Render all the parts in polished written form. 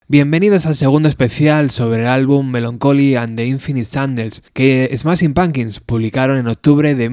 Bienvenidos al segundo especial sobre el álbum Melancholy and the Infinite Sandals que Smashing Pumpkins publicaron en octubre de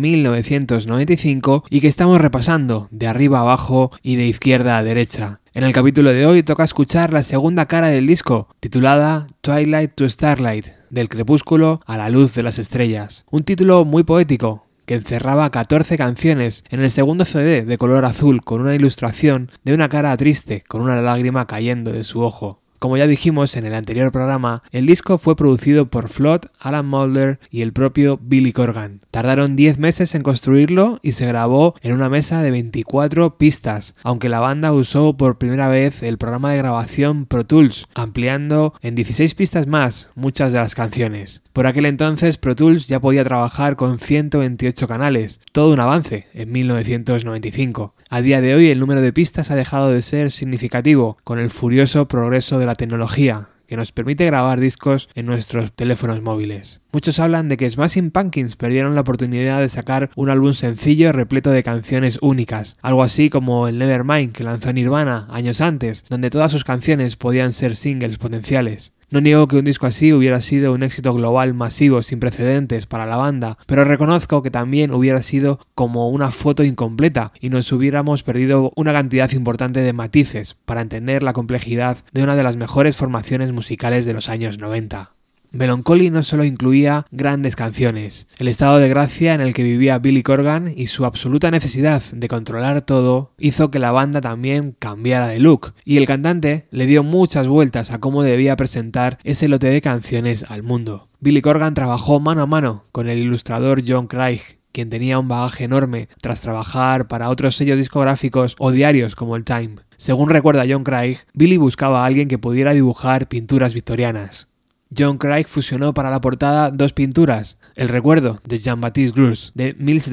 1995 y que estamos repasando de arriba a abajo y de izquierda a derecha. En el capítulo de hoy toca escuchar la segunda cara del disco, titulada Twilight to Starlight, del crepúsculo a la luz de las estrellas. Un título muy poético, que encerraba 14 canciones en el segundo CD de color azul con una ilustración de una cara triste con una lágrima cayendo de su ojo. Como ya dijimos en el anterior programa, el disco fue producido por Flood, Alan Moulder y el propio Billy Corgan. Tardaron 10 meses en construirlo y se grabó en una mesa de 24 pistas, aunque la banda usó por primera vez el programa de grabación Pro Tools, ampliando en 16 pistas más muchas de las canciones. Por aquel entonces Pro Tools ya podía trabajar con 128 canales, todo un avance en 1995. A día de hoy el número de pistas ha dejado de ser significativo con el furioso progreso de la tecnología que nos permite grabar discos en nuestros teléfonos móviles. Muchos hablan de que Smashing Pumpkins perdieron la oportunidad de sacar un álbum sencillo repleto de canciones únicas, algo así como el Nevermind que lanzó Nirvana años antes, donde todas sus canciones podían ser singles potenciales. No niego que un disco así hubiera sido un éxito global masivo sin precedentes para la banda, pero reconozco que también hubiera sido como una foto incompleta y nos hubiéramos perdido una cantidad importante de matices para entender la complejidad de una de las mejores formaciones musicales de los años 90. Melancholy no solo incluía grandes canciones, el estado de gracia en el que vivía Billy Corgan y su absoluta necesidad de controlar todo hizo que la banda también cambiara de look, y el cantante le dio muchas vueltas a cómo debía presentar ese lote de canciones al mundo. Billy Corgan trabajó mano a mano con el ilustrador John Craig, quien tenía un bagaje enorme tras trabajar para otros sellos discográficos o diarios como el Time. Según recuerda John Craig, Billy buscaba a alguien que pudiera dibujar pinturas victorianas. John Craig fusionó para la portada dos pinturas, El recuerdo de Jean-Baptiste Greuze de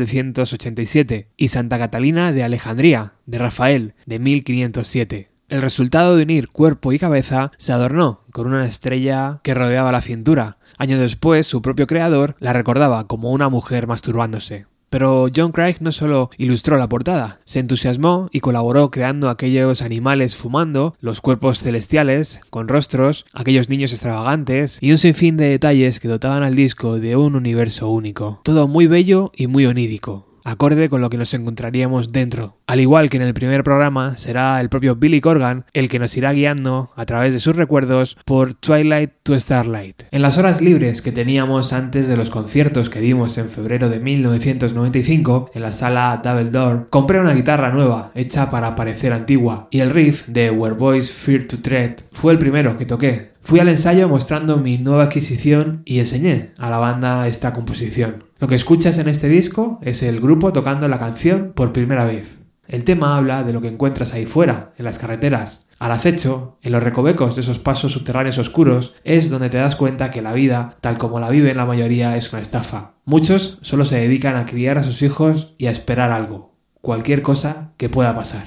1787 y Santa Catalina de Alejandría de Rafael de 1507. El resultado de unir cuerpo y cabeza se adornó con una estrella que rodeaba la cintura. Años después, su propio creador la recordaba como una mujer masturbándose. Pero John Craig no solo ilustró la portada, se entusiasmó y colaboró creando aquellos animales fumando, los cuerpos celestiales, con rostros, aquellos niños extravagantes y un sinfín de detalles que dotaban al disco de un universo único. Todo muy bello y muy onírico, acorde con lo que nos encontraríamos dentro. Al igual que en el primer programa, será el propio Billy Corgan el que nos irá guiando a través de sus recuerdos por Twilight to Starlight. En las horas libres que teníamos antes de los conciertos que dimos en febrero de 1995 en la sala Double Door, compré una guitarra nueva hecha para parecer antigua y el riff de Where Boys Fear to Tread fue el primero que toqué. Fui al ensayo mostrando mi nueva adquisición y enseñé a la banda esta composición. Lo que escuchas en este disco es el grupo tocando la canción por primera vez. El tema habla de lo que encuentras ahí fuera, en las carreteras. Al acecho, en los recovecos de esos pasos subterráneos oscuros, es donde te das cuenta que la vida, tal como la viven la mayoría, es una estafa. Muchos solo se dedican a criar a sus hijos y a esperar algo. Cualquier cosa que pueda pasar.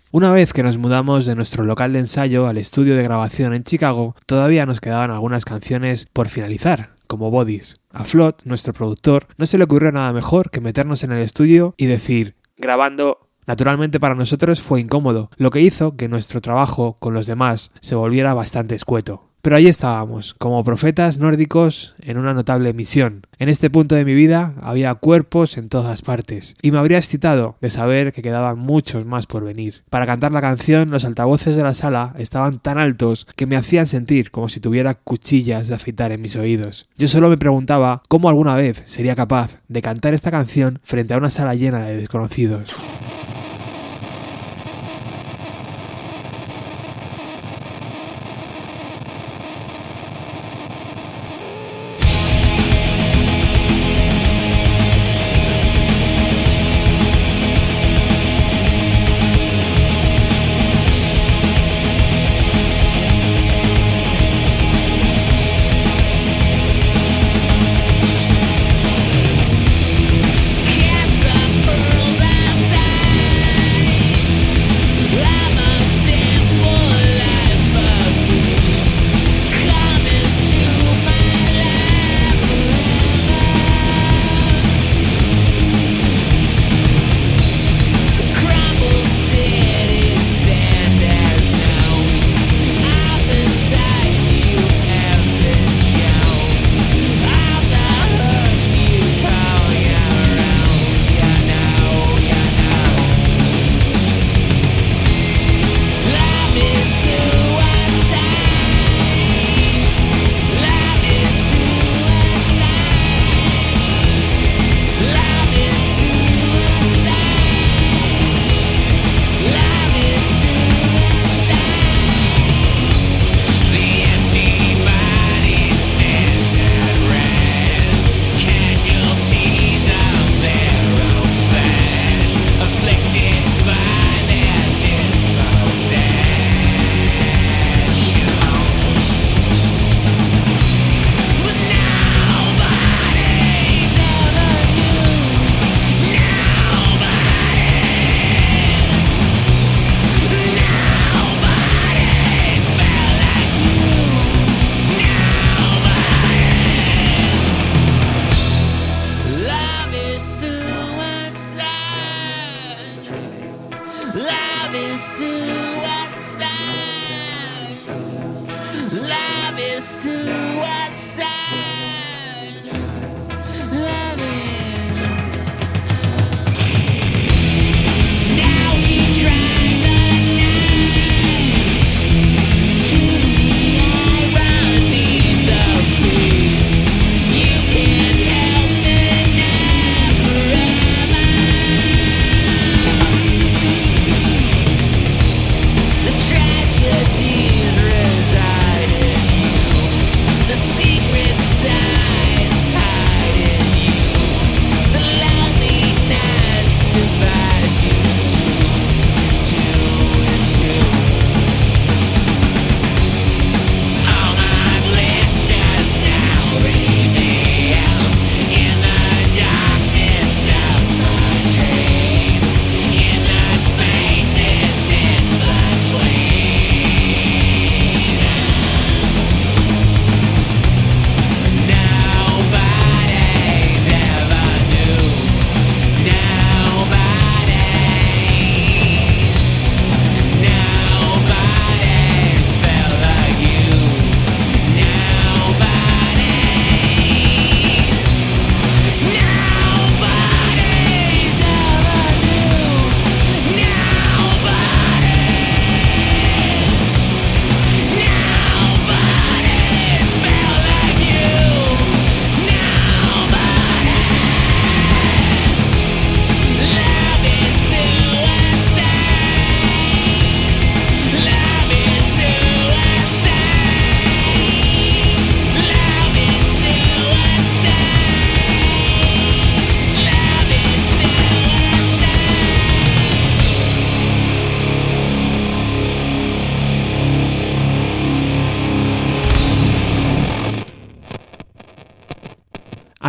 Una vez que nos mudamos de nuestro local de ensayo al estudio de grabación en Chicago, todavía nos quedaban algunas canciones por finalizar, como Bodies. A Flood, nuestro productor, no se le ocurrió nada mejor que meternos en el estudio y decir, grabando. Naturalmente para nosotros fue incómodo, lo que hizo que nuestro trabajo con los demás se volviera bastante escueto. Pero allí estábamos, como profetas nórdicos en una notable misión. En este punto de mi vida había cuerpos en todas partes, y me habría excitado de saber que quedaban muchos más por venir. Para cantar la canción, los altavoces de la sala estaban tan altos que me hacían sentir como si tuviera cuchillas de afeitar en mis oídos. Yo solo me preguntaba cómo alguna vez sería capaz de cantar esta canción frente a una sala llena de desconocidos.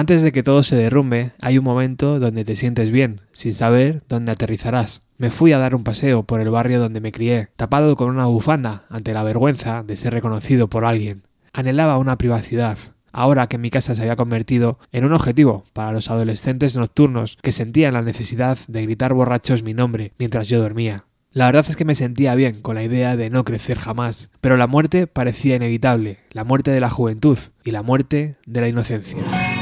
Antes de que todo se derrumbe, hay un momento donde te sientes bien, sin saber dónde aterrizarás. Me fui a dar un paseo por el barrio donde me crié, tapado con una bufanda ante la vergüenza de ser reconocido por alguien. Anhelaba una privacidad, ahora que mi casa se había convertido en un objetivo para los adolescentes nocturnos que sentían la necesidad de gritar borrachos mi nombre mientras yo dormía. La verdad es que me sentía bien con la idea de no crecer jamás, pero la muerte parecía inevitable, la muerte de la juventud y la muerte de la inocencia.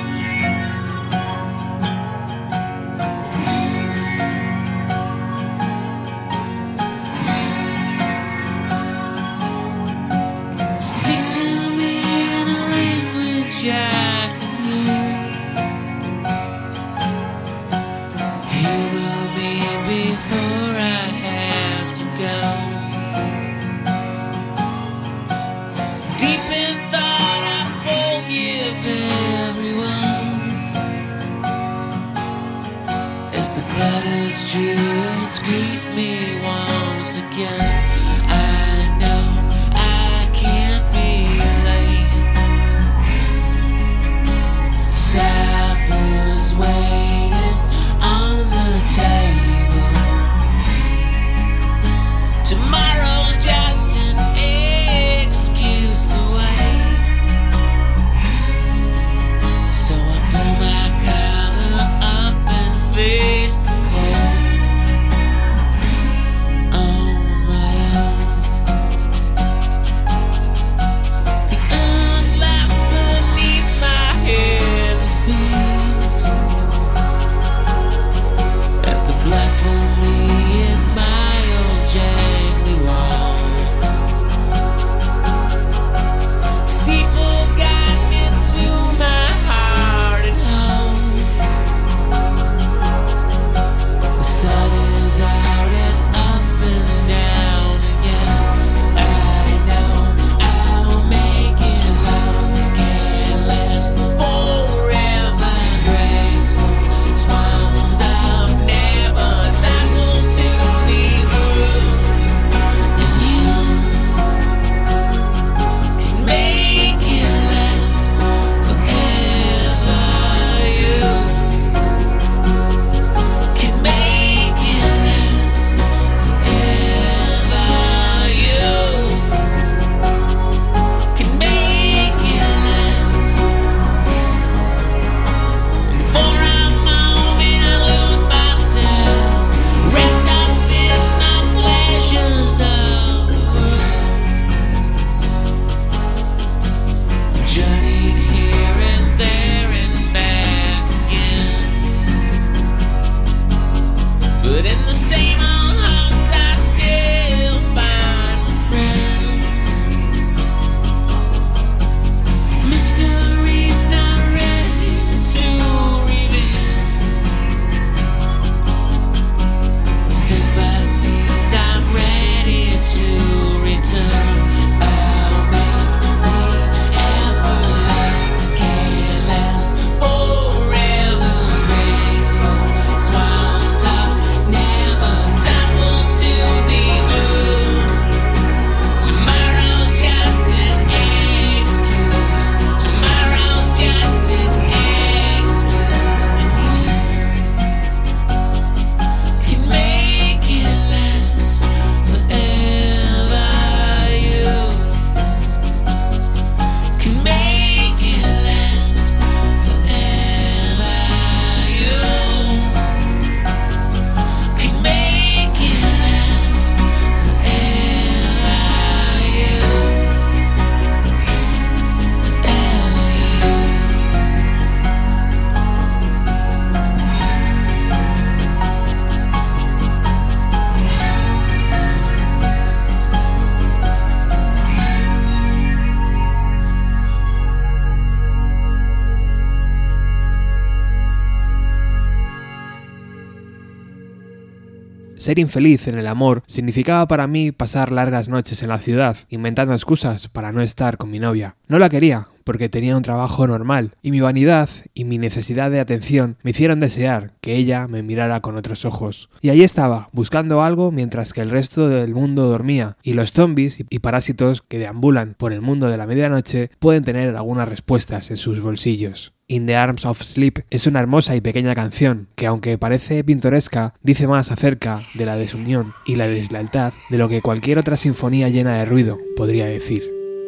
Streets greet me once again. I know I can't be late. Supper's waiting on the table. Tomorrow's just an excuse away. So I pull my collar up and face the cold. Ser infeliz en el amor significaba para mí pasar largas noches en la ciudad, inventando excusas para no estar con mi novia. No la quería, porque tenía un trabajo normal, y mi vanidad y mi necesidad de atención me hicieron desear que ella me mirara con otros ojos. Y allí estaba, buscando algo mientras que el resto del mundo dormía, y los zombies y parásitos que deambulan por el mundo de la medianoche pueden tener algunas respuestas en sus bolsillos. In the Arms of Sleep es una hermosa y pequeña canción que, aunque parece pintoresca, dice más acerca de la desunión y la deslealtad de lo que cualquier otra sinfonía llena de ruido podría decir.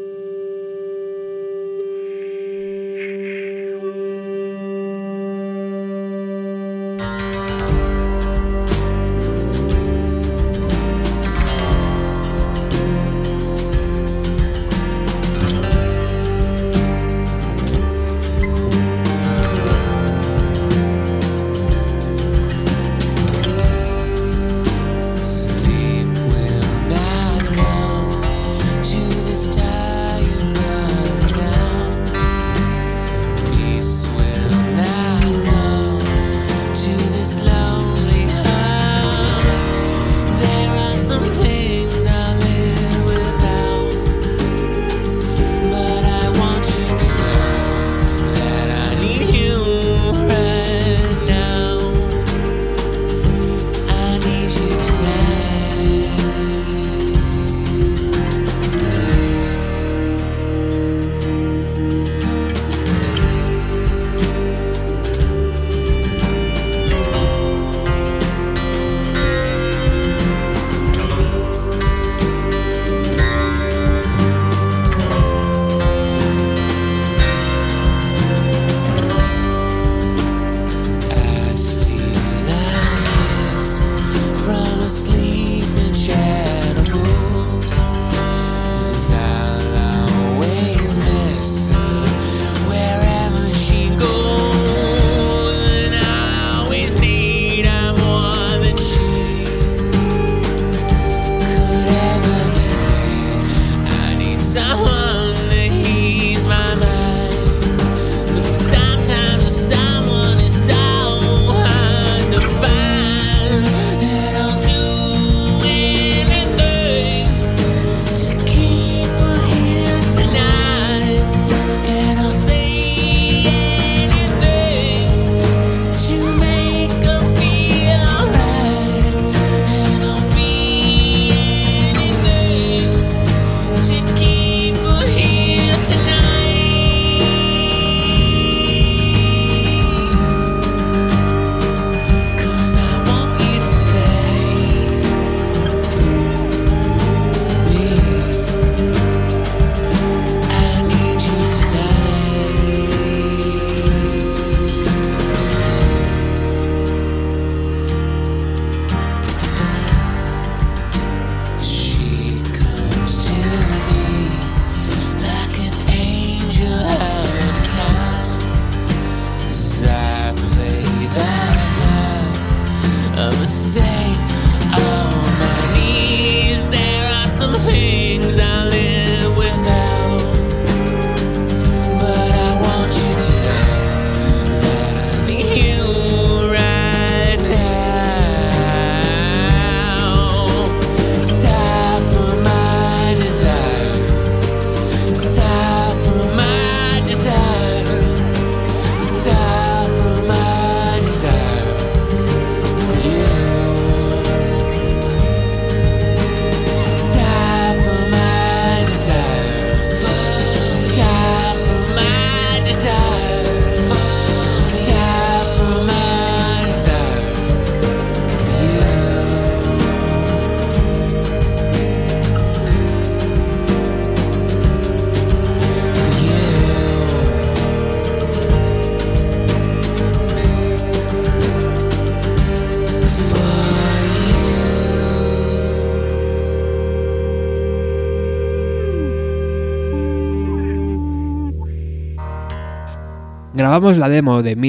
Grabamos la demo de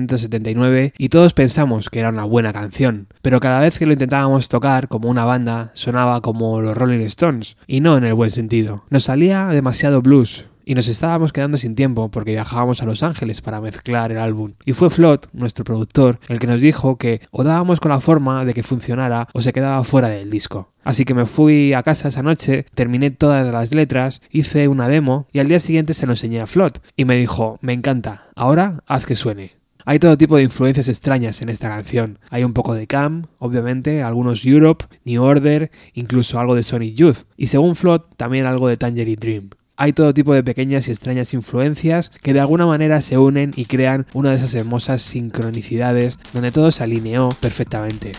1979 y todos pensamos que era una buena canción, pero cada vez que lo intentábamos tocar como una banda sonaba como los Rolling Stones, y no en el buen sentido. Nos salía demasiado blues, y nos estábamos quedando sin tiempo porque viajábamos a Los Ángeles para mezclar el álbum. Y fue Flood, nuestro productor, el que nos dijo que o dábamos con la forma de que funcionara o se quedaba fuera del disco. Así que me fui a casa esa noche, terminé todas las letras, hice una demo y al día siguiente se lo enseñé a Flood y me dijo: me encanta, ahora haz que suene. Hay todo tipo de influencias extrañas en esta canción. Hay un poco de Cam, obviamente, algunos Europe, New Order, incluso algo de Sonic Youth. Y según Flood, también algo de Tangerine Dream. Hay todo tipo de pequeñas y extrañas influencias que de alguna manera se unen y crean una de esas hermosas sincronicidades donde todo se alineó perfectamente.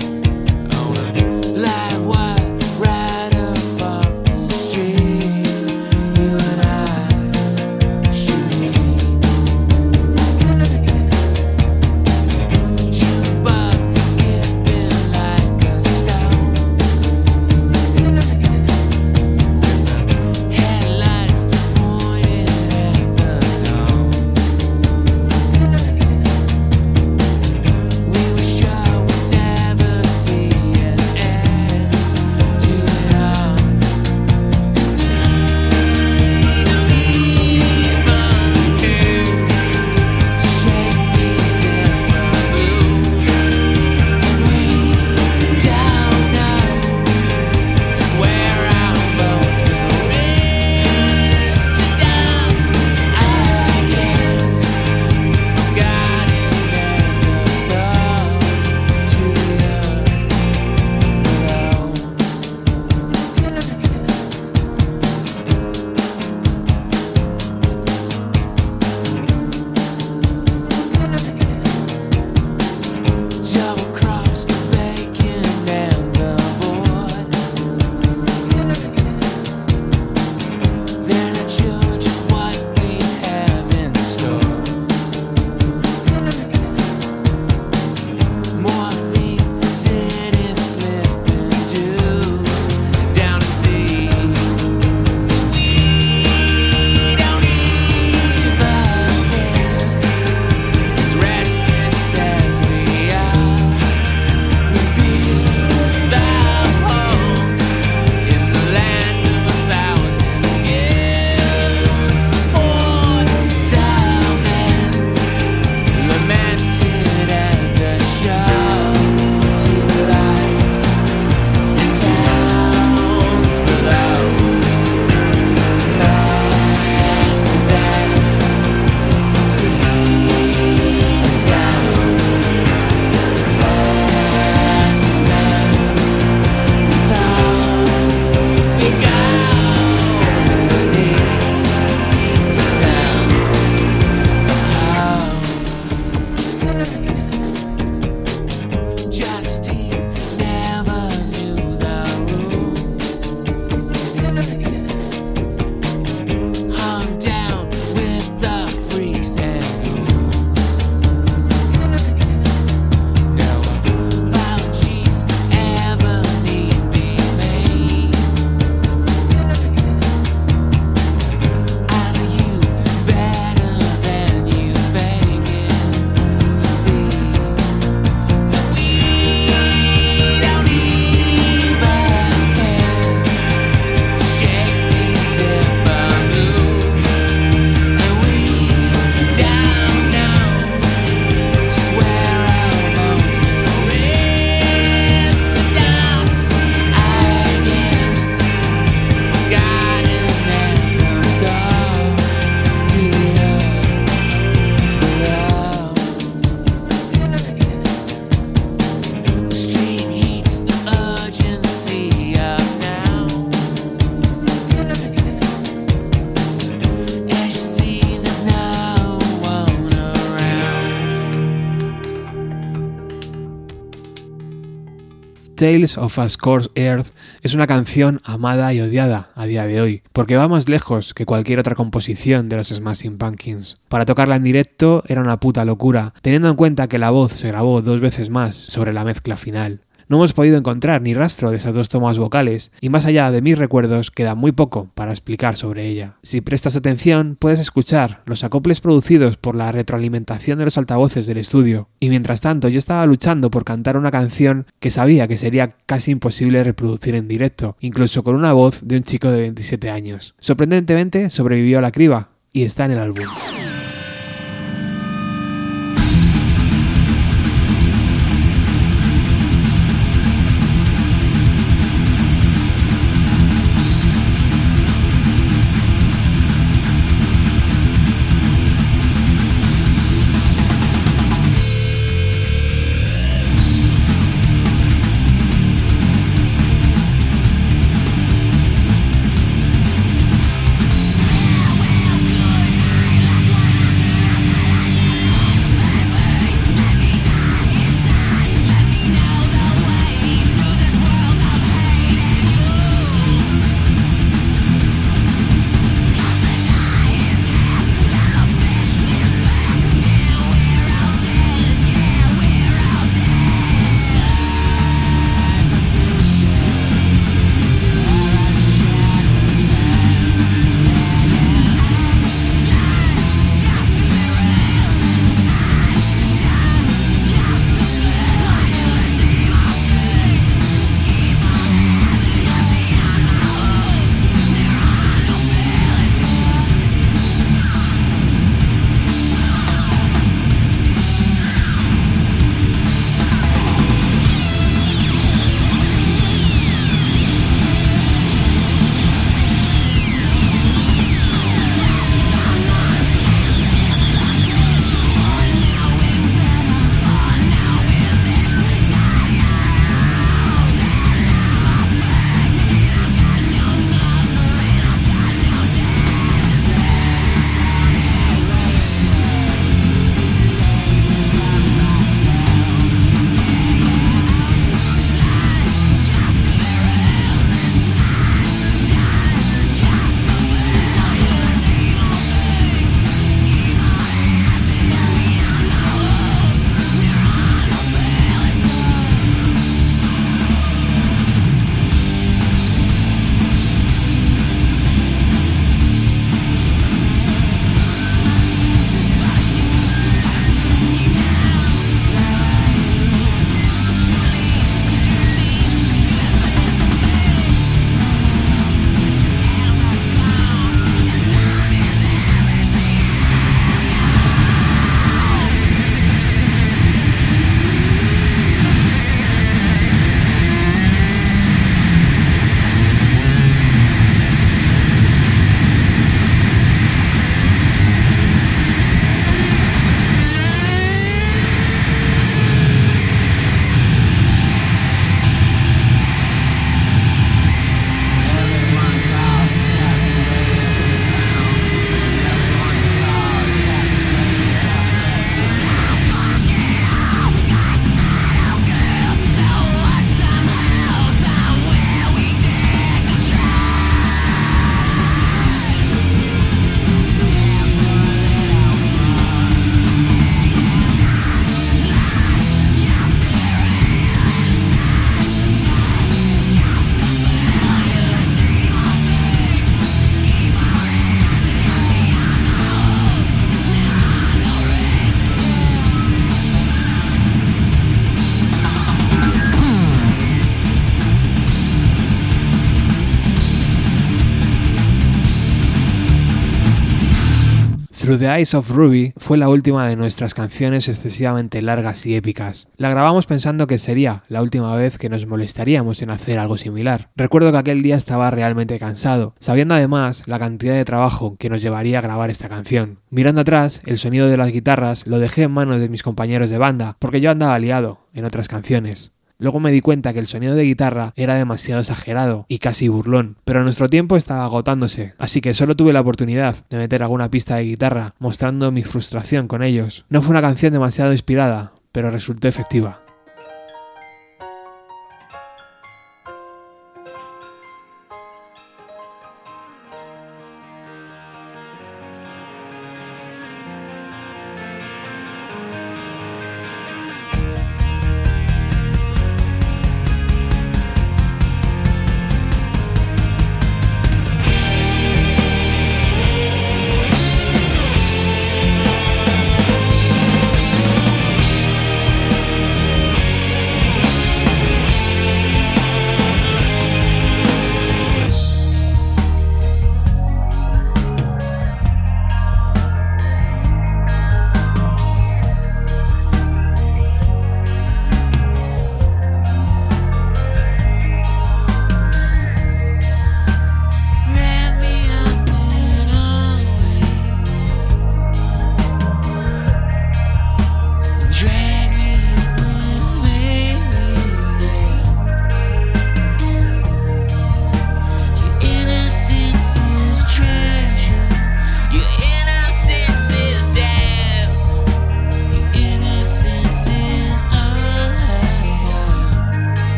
Like what right above the street. Tales of a Scorched Earth es una canción amada y odiada a día de hoy, porque va más lejos que cualquier otra composición de los Smashing Pumpkins. Para tocarla en directo era una puta locura, teniendo en cuenta que la voz se grabó 2 veces más sobre la mezcla final. No hemos podido encontrar ni rastro de esas 2 tomas vocales, y más allá de mis recuerdos queda muy poco para explicar sobre ella. Si prestas atención, puedes escuchar los acoples producidos por la retroalimentación de los altavoces del estudio, y mientras tanto yo estaba luchando por cantar una canción que sabía que sería casi imposible reproducir en directo, incluso con una voz de un chico de 27 años. Sorprendentemente sobrevivió a la criba, y está en el álbum. Through the Eyes of Ruby fue la última de nuestras canciones excesivamente largas y épicas. La grabamos pensando que sería la última vez que nos molestaríamos en hacer algo similar. Recuerdo que aquel día estaba realmente cansado, sabiendo además la cantidad de trabajo que nos llevaría a grabar esta canción. Mirando atrás, el sonido de las guitarras lo dejé en manos de mis compañeros de banda, porque yo andaba liado en otras canciones. Luego me di cuenta que el sonido de guitarra era demasiado exagerado y casi burlón, pero nuestro tiempo estaba agotándose, así que solo tuve la oportunidad de meter alguna pista de guitarra, mostrando mi frustración con ellos. No fue una canción demasiado inspirada, pero resultó efectiva.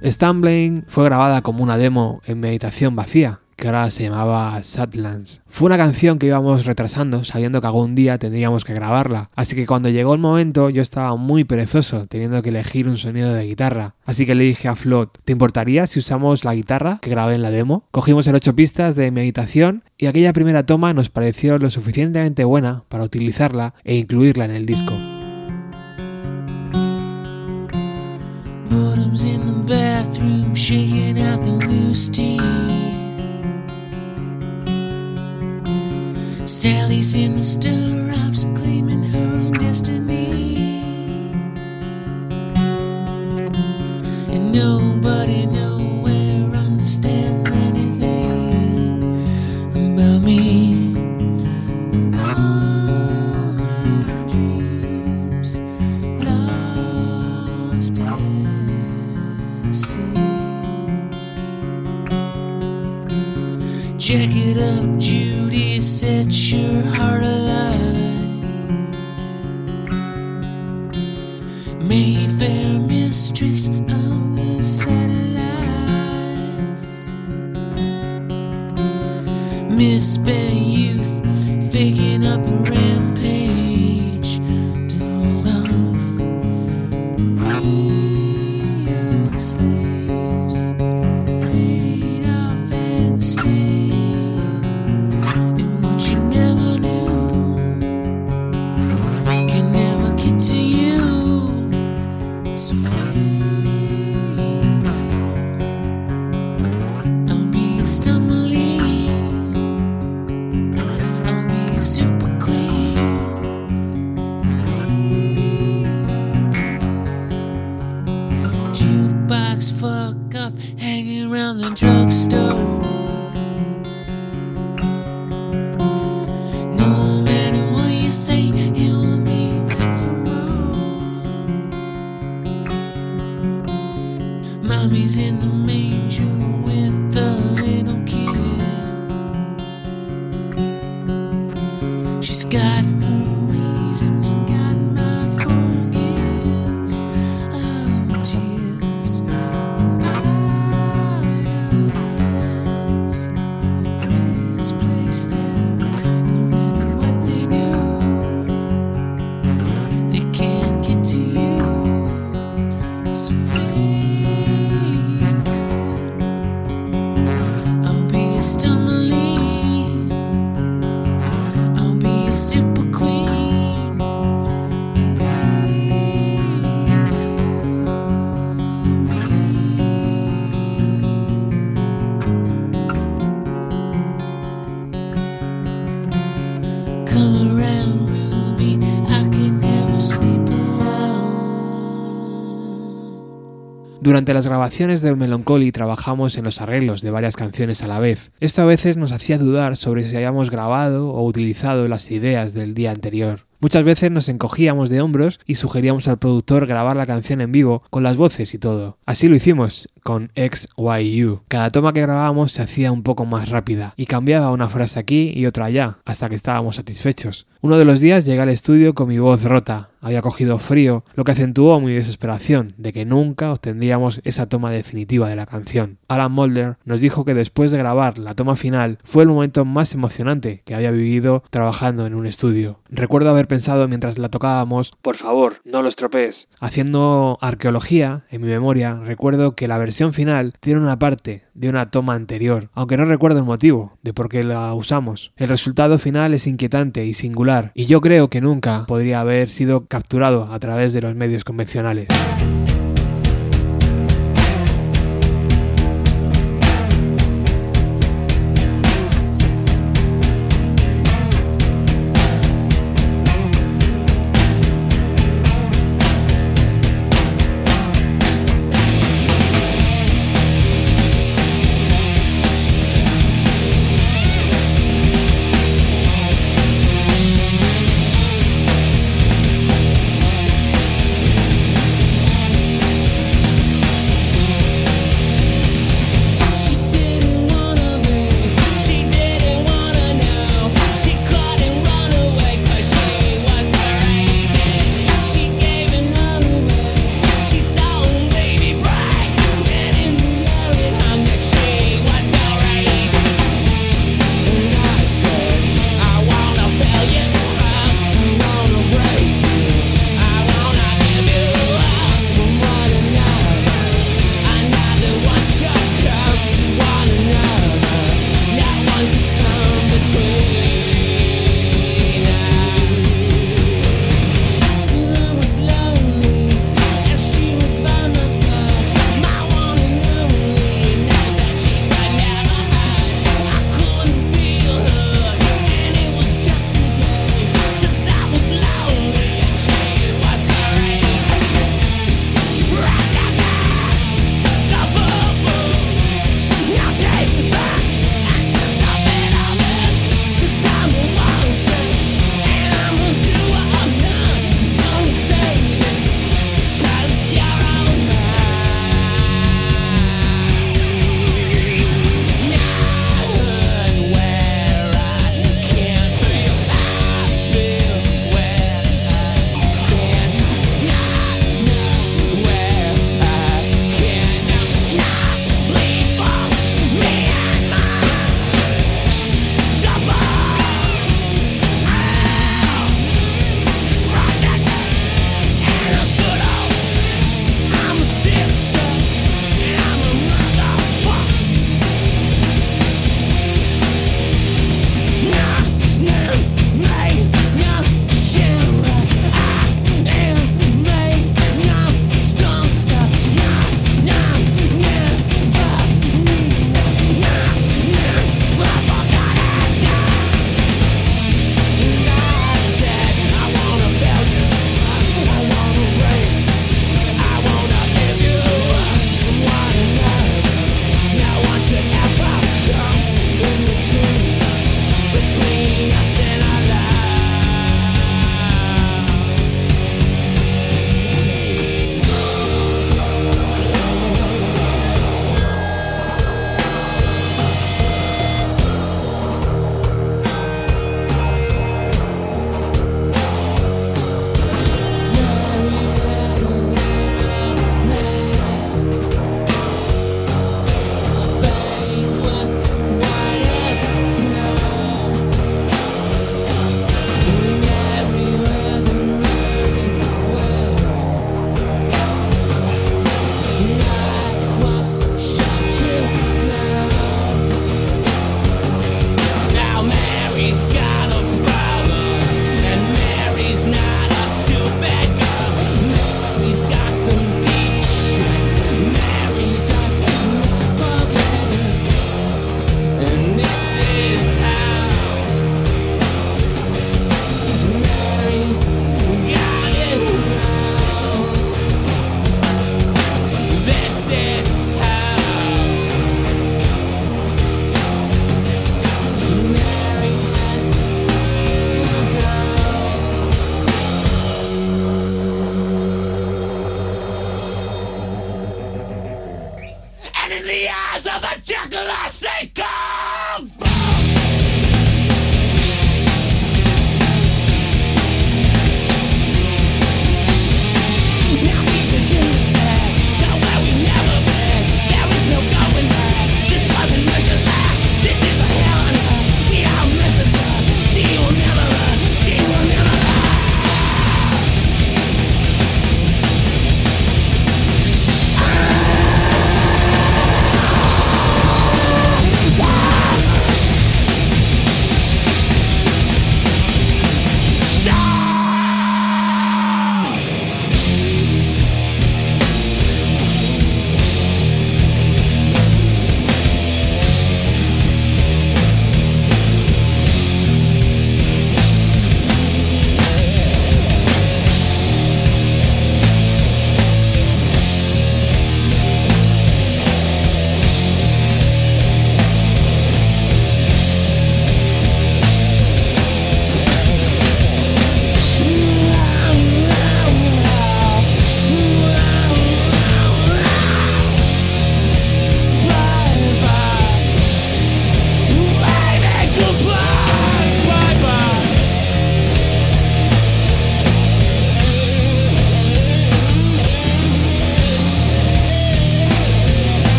Stumbling fue grabada como una demo en Meditación Vacía, que ahora se llamaba Sadlands. Fue una canción que íbamos retrasando, sabiendo que algún día tendríamos que grabarla, así que cuando llegó el momento yo estaba muy perezoso, teniendo que elegir un sonido de guitarra. Así que le dije a Flood, ¿te importaría si usamos la guitarra que grabé en la demo? Cogimos el 8 pistas de Meditación y aquella primera toma nos pareció lo suficientemente buena para utilizarla e incluirla en el disco. Boredom's in the bathroom, shaking out the loose teeth. Sally's in the stirrups, claiming her own destiny. And nobody nowhere understands anything about me. And all my dreams lost at sea. Jack it up, Judy, set your heart alight. Mayfair, mistress of the satellites. Misspent youth, faking up a rampage to hold off the real slaves. Paid off and stayed. To you, so free. I'll be a stumbling, I'll be a super queen. Jukebox fuck up, hanging around the drugstore. No matter what you say, he'll be back for more. Mommy's in the manger with the little kids. She's got her reasons, got my forgets of tears. And of threads, misplaced them. No matter what they do, they can't get to you. So fake. I'll be a stumbling, I'll be a super queen. Come around, Ruby, I could never sleep alone. Durante las grabaciones del Melancholy trabajamos en los arreglos de varias canciones a la vez. Esto a veces nos hacía dudar sobre si habíamos grabado o utilizado las ideas del día anterior. Muchas veces nos encogíamos de hombros y sugeríamos al productor grabar la canción en vivo con las voces y todo. Así lo hicimos con XYU. Cada toma que grabábamos se hacía un poco más rápida y cambiaba una frase aquí y otra allá hasta que estábamos satisfechos. Uno de los días llegué al estudio con mi voz rota. Había cogido frío, lo que acentuó mi desesperación de que nunca obtendríamos esa toma definitiva de la canción. Alan Moulder nos dijo que después de grabar la toma final fue el momento más emocionante que había vivido trabajando en un estudio. Recuerdo haber pensado mientras la tocábamos, por favor, no lo estropees. Haciendo arqueología en mi memoria, recuerdo que la versión final tiene una parte de una toma anterior, aunque no recuerdo el motivo de por qué la usamos. El resultado final es inquietante y singular, y yo creo que nunca podría haber sido capturado a través de los medios convencionales.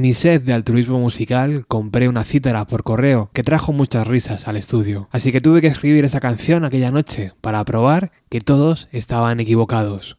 mi sed de altruismo musical compré una cítara por correo que trajo muchas risas al estudio, así que tuve que escribir esa canción aquella noche para probar que todos estaban equivocados.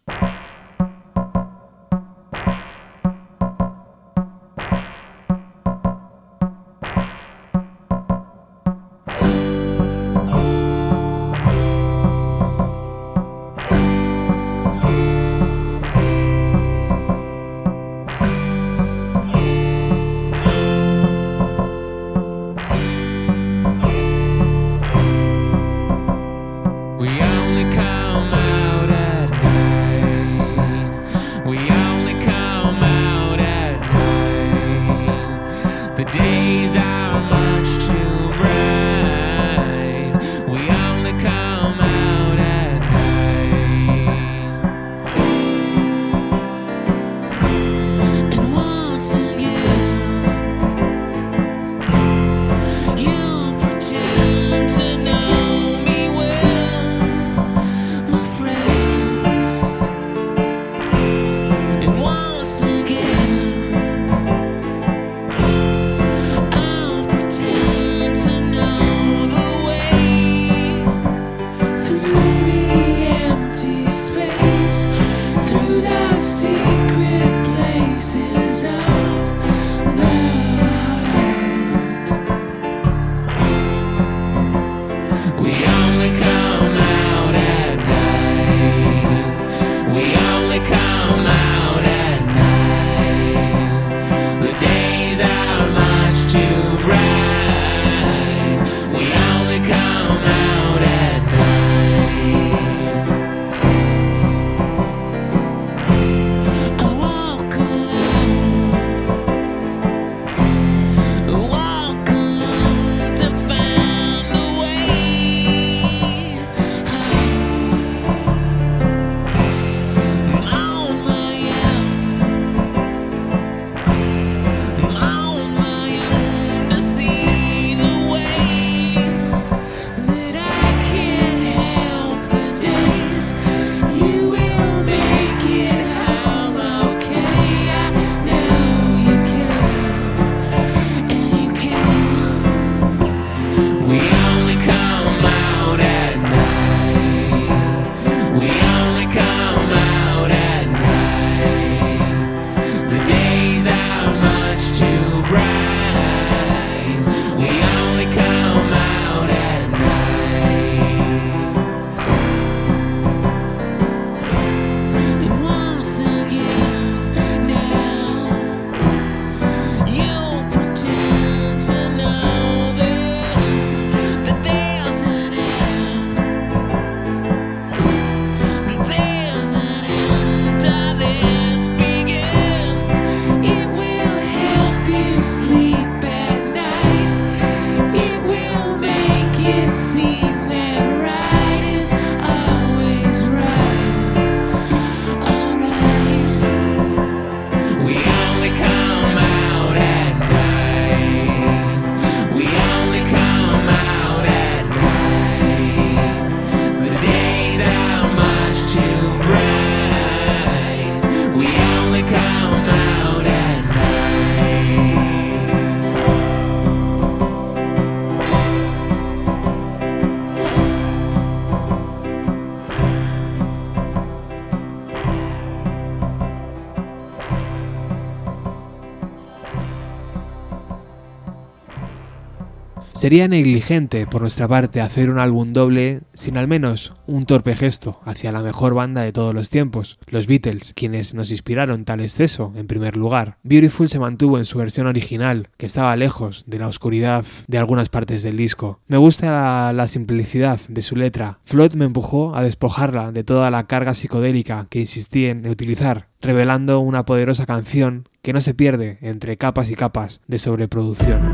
Sería negligente por nuestra parte hacer un álbum doble sin al menos un torpe gesto hacia la mejor banda de todos los tiempos, los Beatles, quienes nos inspiraron tal exceso en primer lugar. Beautiful se mantuvo en su versión original, que estaba lejos de la oscuridad de algunas partes del disco. Me gusta la simplicidad de su letra. Flood me empujó a despojarla de toda la carga psicodélica que insistí en utilizar, revelando una poderosa canción que no se pierde entre capas y capas de sobreproducción.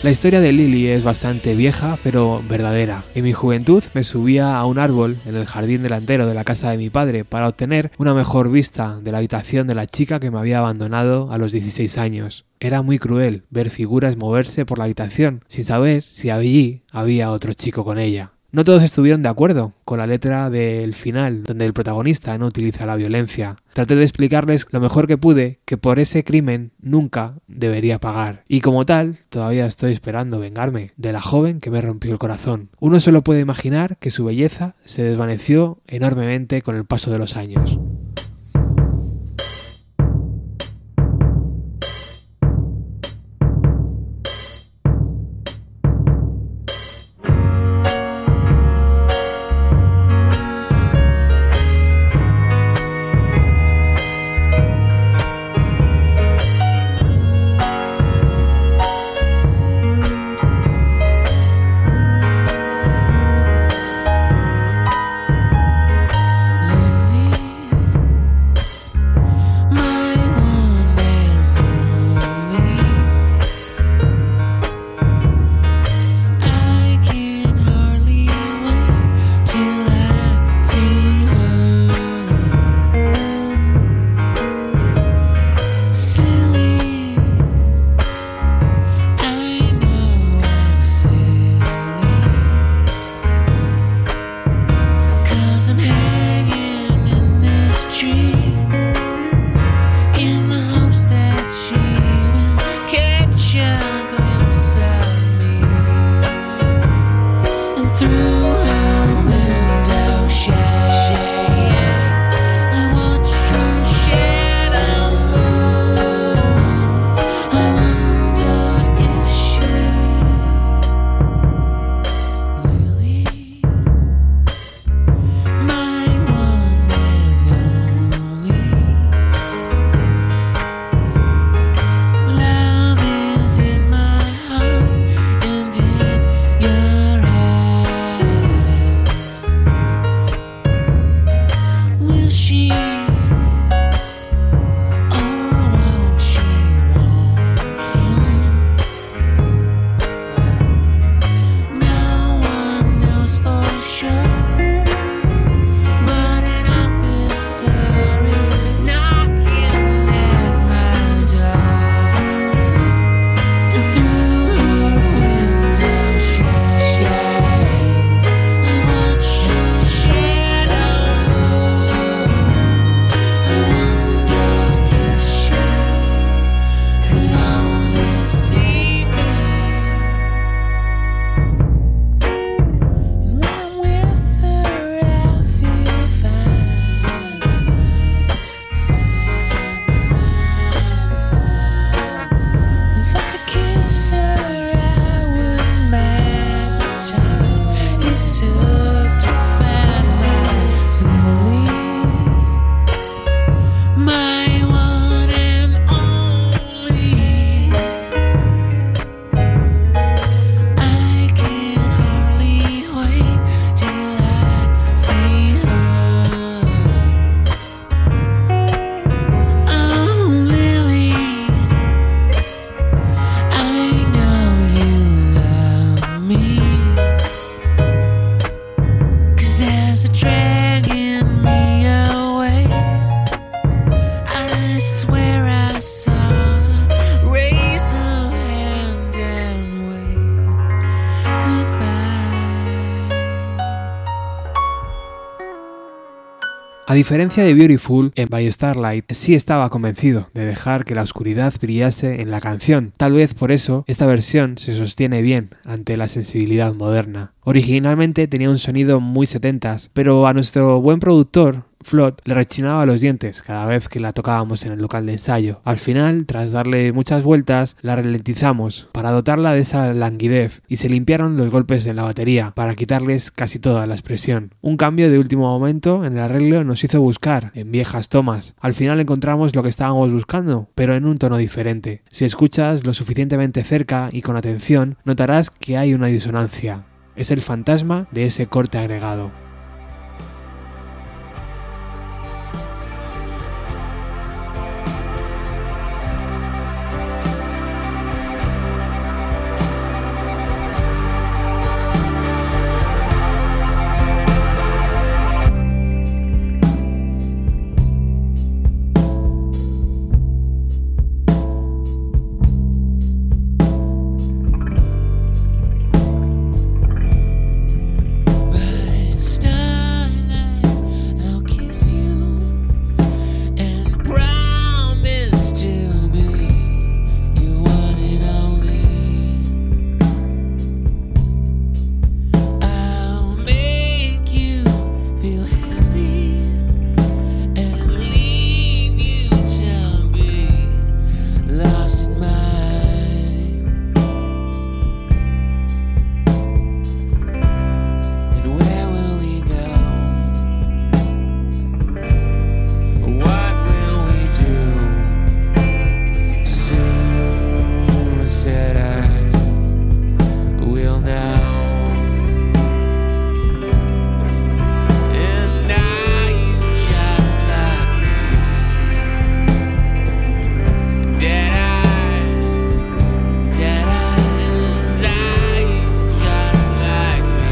La historia de Lily es bastante vieja, pero verdadera. En mi juventud me subía a un árbol en el jardín delantero de la casa de mi padre para obtener una mejor vista de la habitación de la chica que me había abandonado a los 16 años. Era muy cruel ver figuras moverse por la habitación sin saber si allí había otro chico con ella. No todos estuvieron de acuerdo con la letra del final, donde el protagonista no utiliza la violencia. Traté de explicarles lo mejor que pude que por ese crimen nunca debería pagar. Y como tal, todavía estoy esperando vengarme de la joven que me rompió el corazón. Uno solo puede imaginar que su belleza se desvaneció enormemente con el paso de los años. A diferencia de Beautiful, en By Starlight sí estaba convencido de dejar que la oscuridad brillase en la canción. Tal vez por eso esta versión se sostiene bien ante la sensibilidad moderna. Originalmente tenía un sonido muy 70s, pero a nuestro buen productor Flood le rechinaba los dientes cada vez que la tocábamos en el local de ensayo. Al final, tras darle muchas vueltas, la ralentizamos para dotarla de esa languidez y se limpiaron los golpes en la batería para quitarles casi toda la expresión. Un cambio de último momento en el arreglo nos hizo buscar en viejas tomas. Al final encontramos lo que estábamos buscando, pero en un tono diferente. Si escuchas lo suficientemente cerca y con atención, notarás que hay una disonancia. Es el fantasma de ese corte agregado. sold out. And are you just like me? Dead eyes, are you just like me?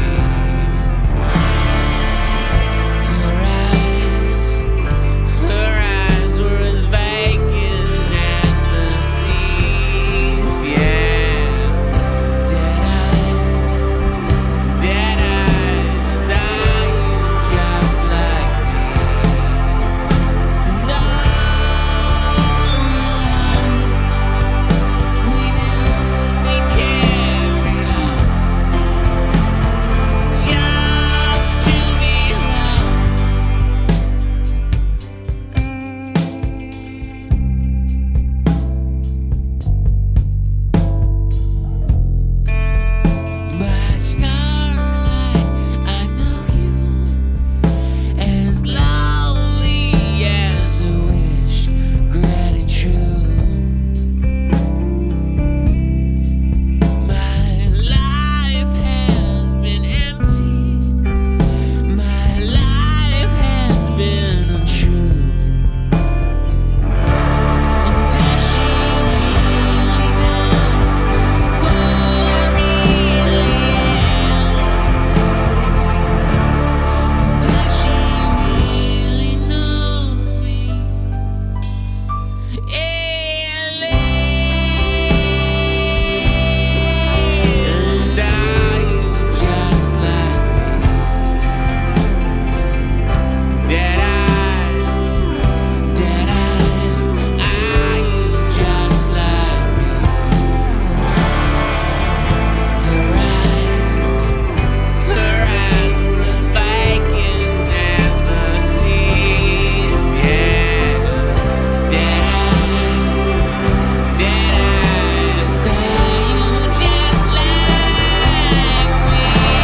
Her eyes were as vacant as the seas, yeah. Dead eyes, are you just like me? No, we knew we'd carry on just to be alone. My starlight, I know you as lonely as a wish granted true. My life has been empty. My life has been untrue. And does she really know who I really am? Does she really know me? And are you just like me? Dead eyes, are you just like me? Her eyes were as vacant as the seas, yeah. Dead eyes, are you just like me?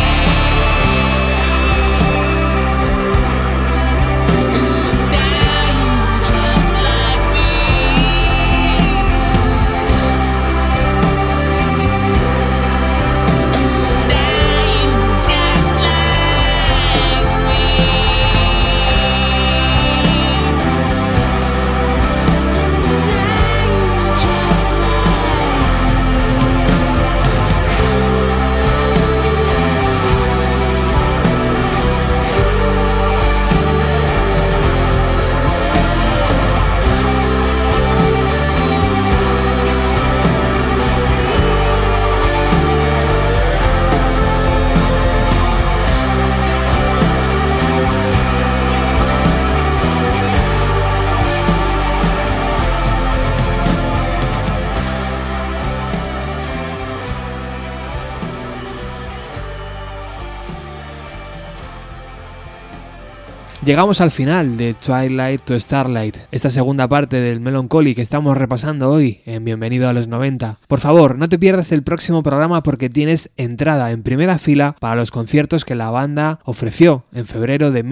And are you just like me? Llegamos al final de Twilight to Starlight, esta segunda parte del Melancholy que estamos repasando hoy en Bienvenido a los 90. Por favor, no te pierdas el próximo programa porque tienes entrada en primera fila para los conciertos que la banda ofreció en febrero de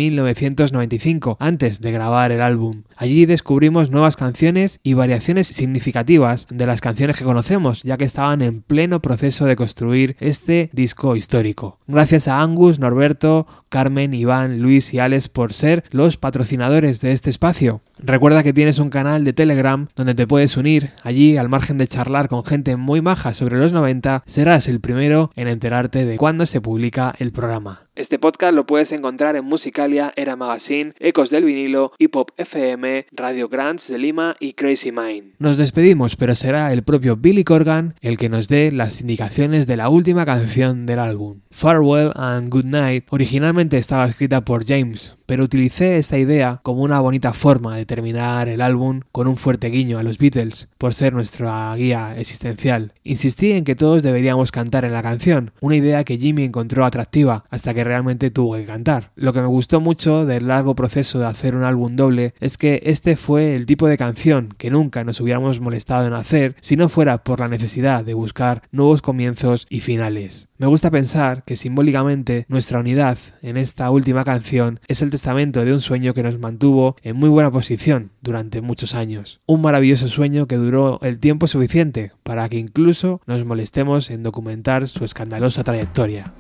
1995, antes de grabar el álbum. Allí descubrimos nuevas canciones y variaciones significativas de las canciones que conocemos, ya que estaban en pleno proceso de construir este disco histórico. Gracias a Angus, Norberto, Carmen, Iván, Luis y Alex por ser los patrocinadores de este espacio. Recuerda que tienes un canal de Telegram donde te puedes unir. Allí, al margen de charlar con gente muy maja sobre los 90, serás el primero en enterarte de cuándo se publica el programa. Este podcast lo puedes encontrar en Musicalia, Era Magazine, Ecos del Vinilo, Hip Hop FM, Radio Grants de Lima y Crazy Mind. Nos despedimos, pero será el propio Billy Corgan el que nos dé las indicaciones de la última canción del álbum. Farewell and Good Night originalmente estaba escrita por James, pero utilicé esta idea como una bonita forma de terminar el álbum con un fuerte guiño a los Beatles, por ser nuestra guía existencial. Insistí en que todos deberíamos cantar en la canción, una idea que Jimmy encontró atractiva hasta que realmente tuvo que cantar. Lo que me gustó mucho del largo proceso de hacer un álbum doble es que este fue el tipo de canción que nunca nos hubiéramos molestado en hacer si no fuera por la necesidad de buscar nuevos comienzos y finales. Me gusta pensar que simbólicamente nuestra unidad en esta última canción es el testamento de un sueño que nos mantuvo en muy buena posición composición durante muchos años. Un maravilloso sueño que duró el tiempo suficiente para que incluso nos molestemos en documentar su escandalosa trayectoria.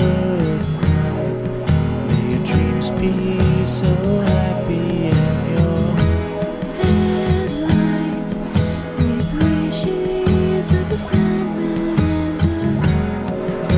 Be so happy and your